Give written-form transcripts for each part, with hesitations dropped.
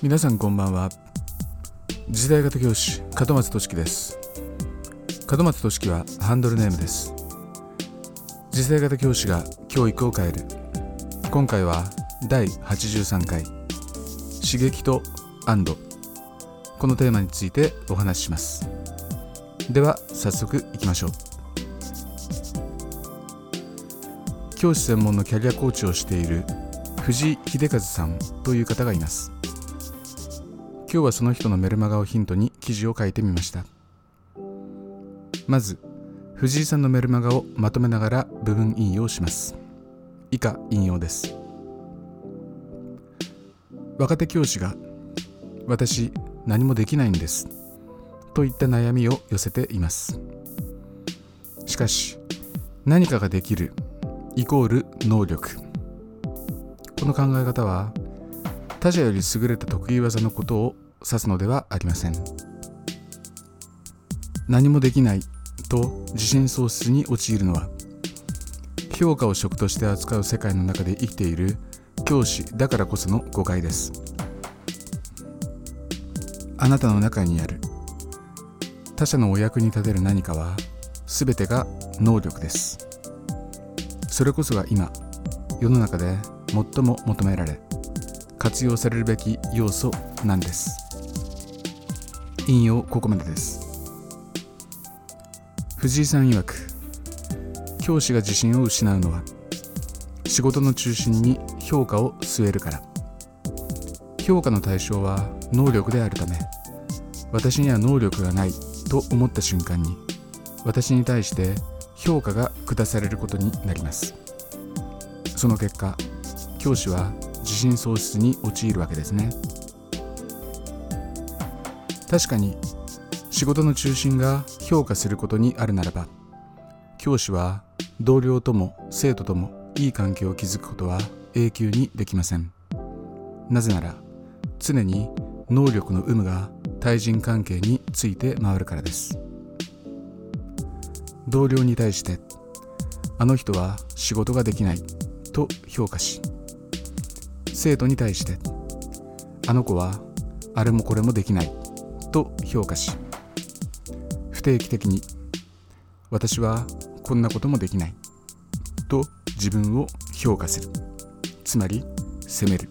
皆さんこんばんは。次世代型教師門松俊樹です。門松俊樹はハンドルネームです。次世代型教師が教育を変える。今回は第83回刺激と安堵、このテーマについてお話しします。では早速いきましょう。教師専門のキャリアコーチをしている藤井秀和さんという方がいます。今日はその人のメルマガをヒントに記事を書いてみました。まず藤井さんのメルマガをまとめながら部分引用します。以下引用です。若手教師が私何もできないんですといった悩みを寄せています。しかし何かができるイコール能力、この考え方は他者より優れた得意技のことを指すのではありません。何もできないと自信喪失に陥るのは、評価を職として扱う世界の中で生きている教師だからこその誤解です。あなたの中にある他者のお役に立てる何かは全てが能力です。それこそが今世の中で最も求められ活用されるべき要素なんです。引用ここまでです。藤井さん曰く、教師が自信を失うのは仕事の中心に評価を据えるから。評価の対象は能力であるため、私には能力がないと思った瞬間に私に対して評価が下されることになります。その結果、教師は自信喪失に陥るわけですね。確かに仕事の中心が評価することにあるならば、教師は同僚とも生徒ともいい関係を築くことは永久にできません。なぜなら常に能力の有無が対人関係について回るからです。同僚に対してあの人は仕事ができないと評価し、生徒に対してあの子はあれもこれもできないと評価し、不定期的に私はこんなこともできないと自分を評価する、つまり責める。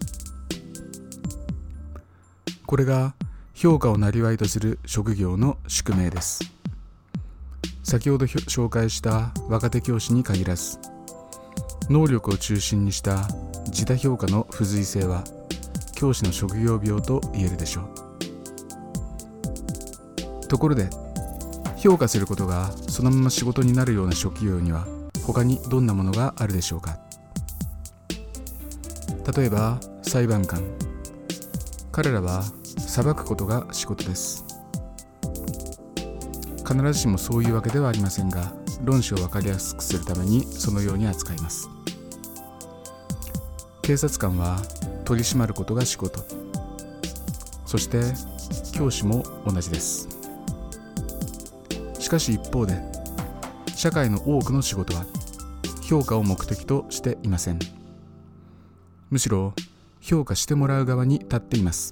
これが評価を生業とする職業の宿命です。先ほど紹介した若手教師に限らず、能力を中心にした自他評価の不随性は教師の職業病と言えるでしょう。ところで、評価することがそのまま仕事になるような職業には他にどんなものがあるでしょうか。例えば裁判官、彼らは裁くことが仕事です。必ずしもそういうわけではありませんが、論旨を分かりやすくするためにそのように扱います。警察官は取り締まることが仕事、そして教師も同じです。しかし一方で、社会の多くの仕事は評価を目的としていません。むしろ評価してもらう側に立っています。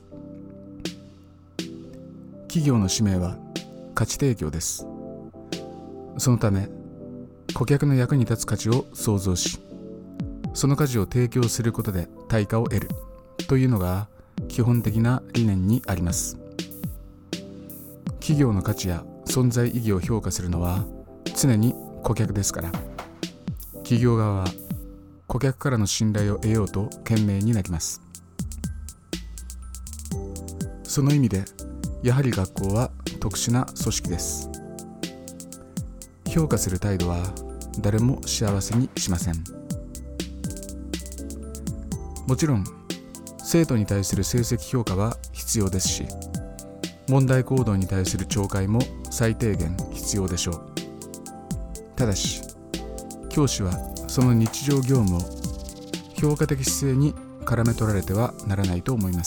企業の使命は価値提供です。そのため顧客の役に立つ価値を創造し、その価値を提供することで対価を得るというのが基本的な理念にあります。企業の価値や存在意義を評価するのは常に顧客ですから、企業側は顧客からの信頼を得ようと懸命になります。その意味でやはり学校は特殊な組織です。評価する態度は誰も幸せにしません。もちろん生徒に対する成績評価は必要ですし、問題行動に対する懲戒も最低限必要でしょう。ただし教師はその日常業務を評価的姿勢に絡め取られてはならないと思います。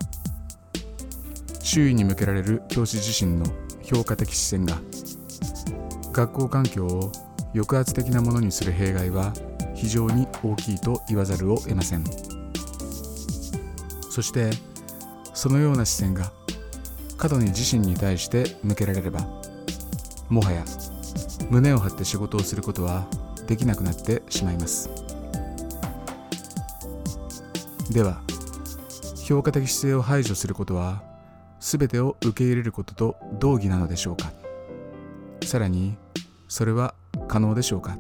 周囲に向けられる教師自身の評価的視線が学校環境を抑圧的なものにする弊害は非常に大きいと言わざるを得ません。そしてそのような視線が過度に自身に対して向けられれば、もはや胸を張って仕事をすることはできなくなってしまいます。では、評価的姿勢を排除することは全てを受け入れることと同義なのでしょうか。さらに、それは可能でしょうか。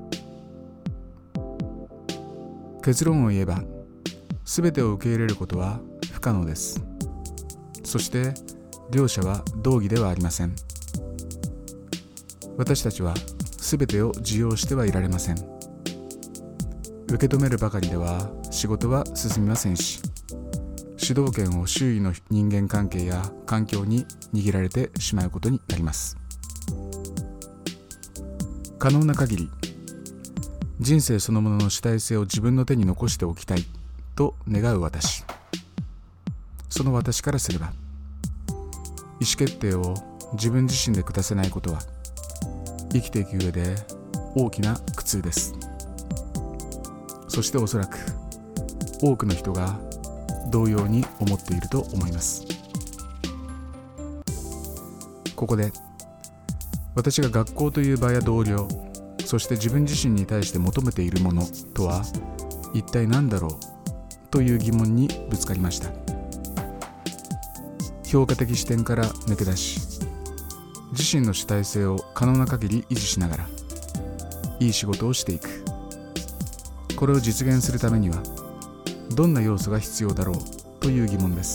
結論を言えば、全てを受け入れることは不可能です。そして両者は同義ではありません。私たちは全てを受容してはいられません。受け止めるばかりでは仕事は進みませんし、主導権を周囲の人間関係や環境に握られてしまうことになります。可能な限り、人生そのものの主体性を自分の手に残しておきたいと願う私。その私からすれば、意思決定を自分自身で下せないことは生きていく上で大きな苦痛です。そしておそらく多くの人が同様に思っていると思います。ここで私が学校という場や同僚、そして自分自身に対して求めているものとは一体何だろうという疑問にぶつかりました。評価的視点から抜け出し、自身の主体性を可能な限り維持しながらいい仕事をしていく。これを実現するためにはどんな要素が必要だろうという疑問です。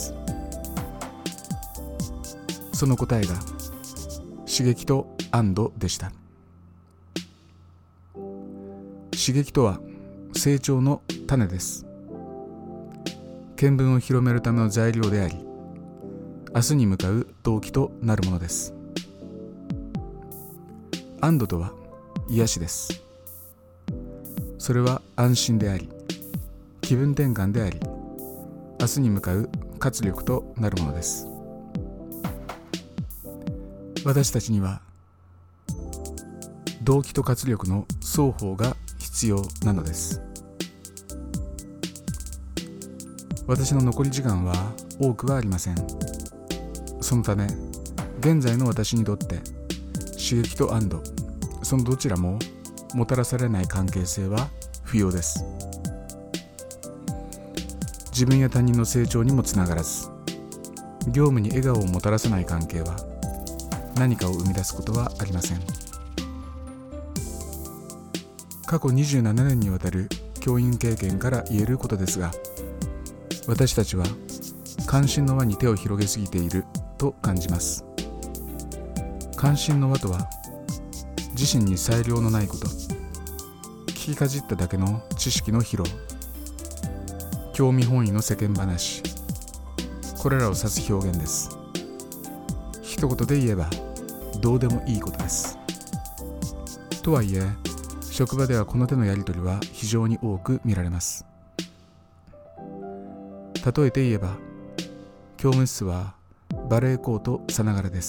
その答えが刺激と安堵でした。刺激とは成長の種です。見聞を広めるための材料であり、明日に向かう動機となるものです。安堵とは癒しです。それは安心であり、気分転換であり、明日に向かう活力となるものです。私たちには動機と活力の双方が必要なのです。私の残り時間は多くはありません。そのため、現在の私にとって刺激と安堵、そのどちらももたらされない関係性は不要です。自分や他人の成長にもつながらず、業務に笑顔をもたらさない関係は何かを生み出すことはありません。過去27年にわたる教員経験から言えることですが、私たちは関心の輪に手を広げすぎていると感じます。関心の輪とは、自身に裁量のないこと、聞きかじっただけの知識の疲労、興味本位の世間話、これらを指す表現です。一言で言えばどうでもいいことです。とはいえ、職場ではこの手のやり取りは非常に多く見られます。例えて言えば、教務室はバレーコートさながらです。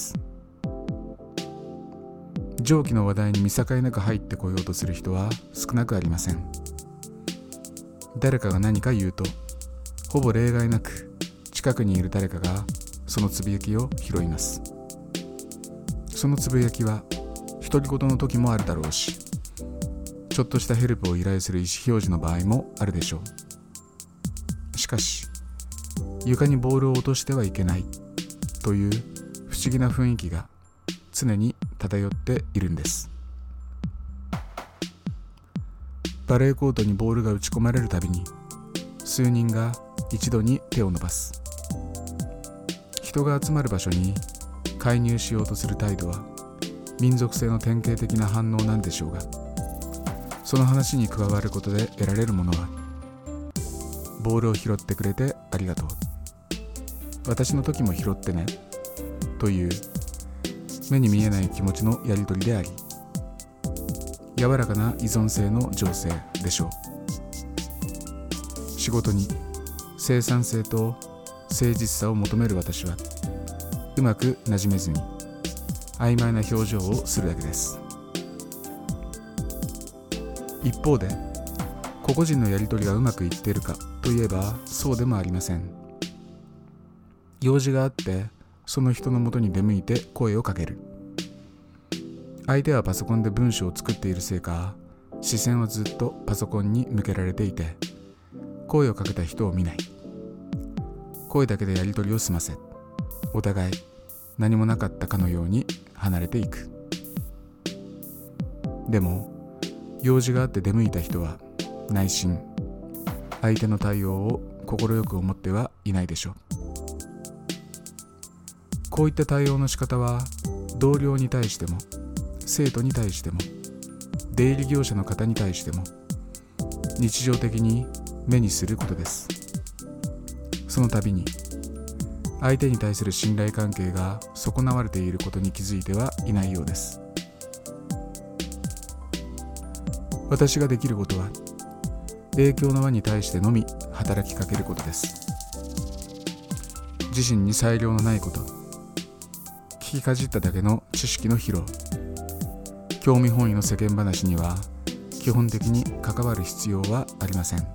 上記の話題に見境なく入ってこようとする人は少なくありません。誰かが何か言うと、ほぼ例外なく近くにいる誰かがそのつぶやきを拾います。そのつぶやきは独り言の時もあるだろうし、ちょっとしたヘルプを依頼する意思表示の場合もあるでしょう。しかし、床にボールを落としてはいけないという不思議な雰囲気が常に漂っているんです。バレーコートにボールが打ち込まれるたびに数人が一度に手を伸ばす。人が集まる場所に介入しようとする態度は民族性の典型的な反応なんでしょうが、その話に加わることで得られるものは、ボールを拾ってくれてありがとう、私の時も拾ってねという目に見えない気持ちのやり取りであり、柔らかな依存性の情勢でしょう。仕事に生産性と誠実さを求める私はうまくなじめずに曖昧な表情をするだけです。一方で、個々人のやり取りがうまくいっているかといえばそうでもありません。 用事があってその人のもとに出向いて声をかける。相手はパソコンで文章を作っているせいか、視線はずっとパソコンに向けられていて、声をかけた人を見ない。声だけでやり取りを済ませ、お互い何もなかったかのように離れていく。でも用事があって出向いた人は内心相手の対応を快く思ってはいないでしょう。こういった対応の仕方は同僚に対しても生徒に対しても出入り業者の方に対しても日常的に目にすることです。その度に相手に対する信頼関係が損なわれていることに気づいてはいないようです。私ができることは影響の輪に対してのみ働きかけることです。自身に裁量のないこと、聞きかじっただけの知識の披露、興味本位の世間話には基本的に関わる必要はありません。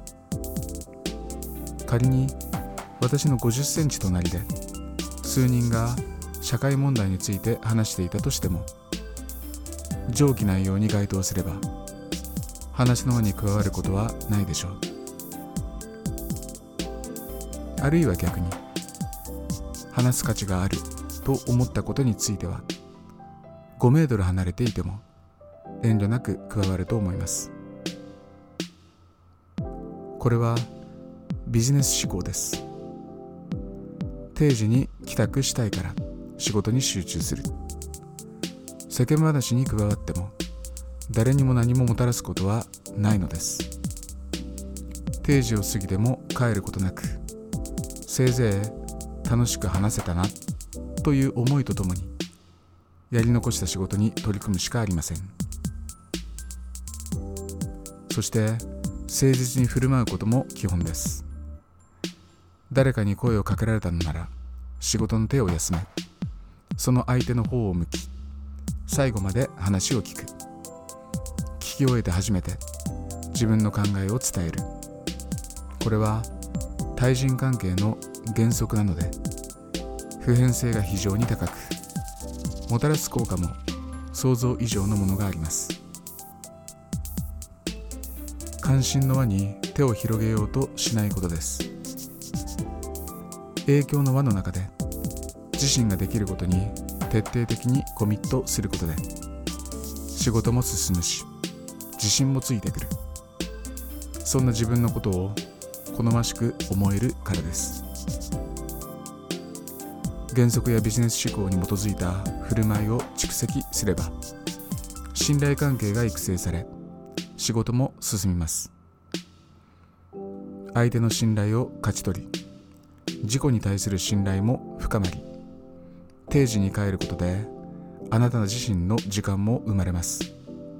仮に私の50センチ隣で数人が社会問題について話していたとしても、上記内容に該当すれば話の輪に加わることはないでしょう。あるいは逆に話す価値があると思ったことについては5メートル離れていても遠慮なく加わると思います。これはビジネス思考です。定時に帰宅したいから仕事に集中する。世間話に加わっても誰にも何ももたらすことはないのです。定時を過ぎても帰ることなく、せいぜい楽しく話せたなという思いとともにやり残した仕事に取り組むしかありません。そして誠実に振る舞うことも基本です。誰かに声をかけられたのなら仕事の手を休め、その相手の方を向き最後まで話を聞く。聞き終えて初めて自分の考えを伝える。これは対人関係の原則なので、普遍性が非常に高く、もたらす効果も想像以上のものがあります。関心の輪に手を広げようとしないことです。影響の輪の中で自身ができることに徹底的にコミットすることで、仕事も進むし自信もついてくる。そんな自分のことを好ましく思えるからです。原則やビジネス思考に基づいた振る舞いを蓄積すれば、信頼関係が育成され、仕事も進みます。相手の信頼を勝ち取り、自己に対する信頼も深まり、定時に帰ることであなた自身の時間も生まれます。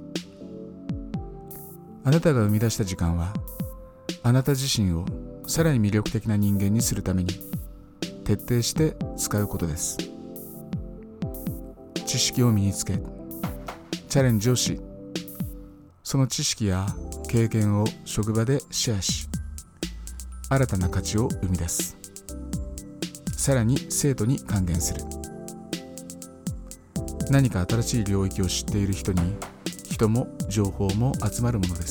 あなたが生み出した時間は、あなた自身をさらに魅力的な人間にするために徹底して使うことです。知識を身につけ、チャレンジをし、その知識や経験を職場でシェアし、新たな価値を生み出す。さらに生徒に還元する。何か新しい領域を知っている人に人も情報も集まるものです。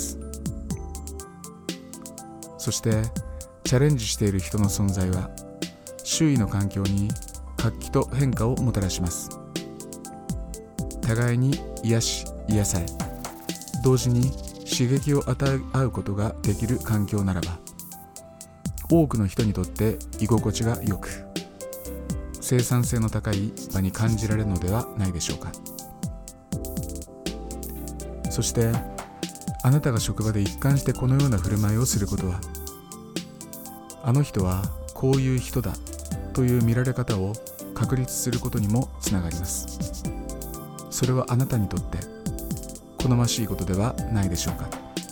そしてチャレンジしている人の存在は周囲の環境に活気と変化をもたらします。互いに癒され、同時に刺激を与え合うことができる環境ならば、多くの人にとって居心地が良く、生産性の高い場に感じられるのではないでしょうか。そしてあなたが職場で一貫してこのような振る舞いをすることは、あの人はこういう人だという見られ方を確立することにもつながります。それはあなたにとって好ましいことではないでしょうか。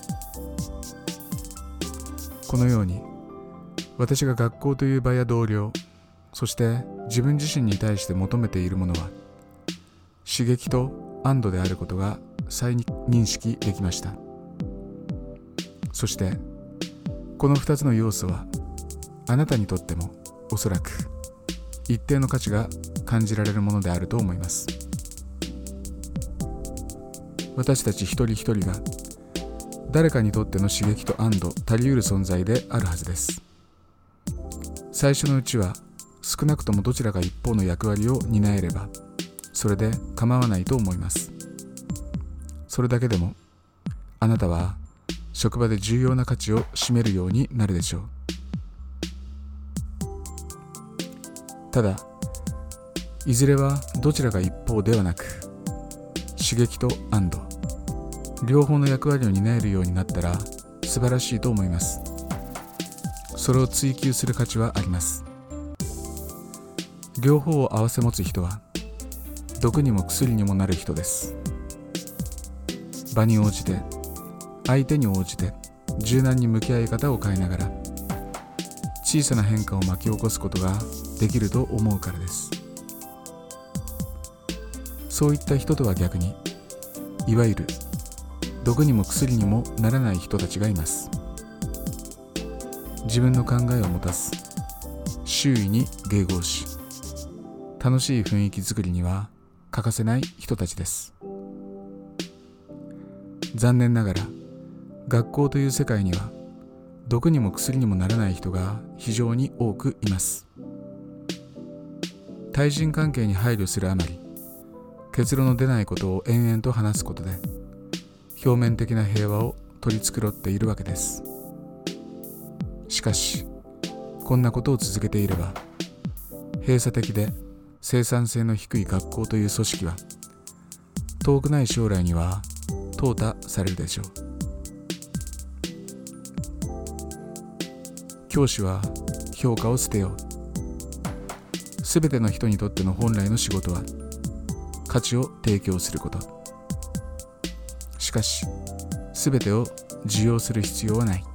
このように私が学校という場や同僚、そして自分自身に対して求めているものは刺激と安堵であることが再認識できました。そしてこの2つの要素はあなたにとってもおそらく一定の価値が感じられるものであると思います。私たち一人一人が誰かにとっての刺激と安堵足り得る存在であるはずです。最初のうちは少なくともどちらが一方の役割を担えればそれで構わないと思います。それだけでもあなたは職場で重要な価値を占めるようになるでしょう。ただいずれはどちらが一方ではなく刺激と安堵両方の役割を担えるようになったら素晴らしいと思います。それを追求する価値はあります。両方を併せ持つ人は毒にも薬にもなる人です。場に応じて相手に応じて柔軟に向き合い方を変えながら小さな変化を巻き起こすことができると思うからです。そういった人とは逆にいわゆる毒にも薬にもならない人たちがいます。自分の考えを持たす、周囲に迎合し、楽しい雰囲気作りには欠かせない人たちです。残念ながら学校という世界には毒にも薬にもならない人が非常に多くいます。対人関係に配慮するあまり結論の出ないことを延々と話すことで表面的な平和を取り繕っているわけです。しかしこんなことを続けていれば閉鎖的で生産性の低い学校という組織は遠くない将来には淘汰されるでしょう。教師は評価を捨てよう。すべての人にとっての本来の仕事は価値を提供すること。しかしすべてを受容する必要はない。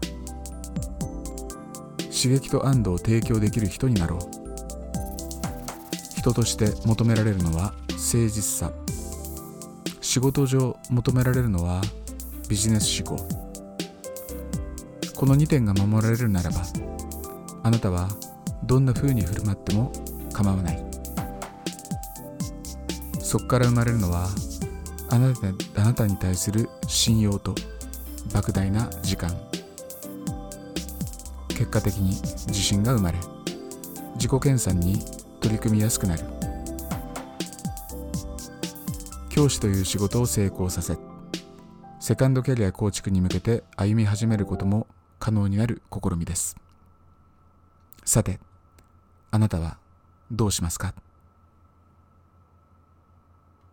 刺激と安堵を提供できる人になろう。人として求められるのは誠実さ。仕事上求められるのはビジネス思考。この2点が守られるならばあなたはどんな風に振る舞っても構わない。そこから生まれるのはあなたに対する信用と莫大な時間。結果的に自信が生まれ自己研鑽に取り組みやすくなる。教師という仕事を成功させセカンドキャリア構築に向けて歩み始めることも可能になる試みです。さてあなたはどうしますか？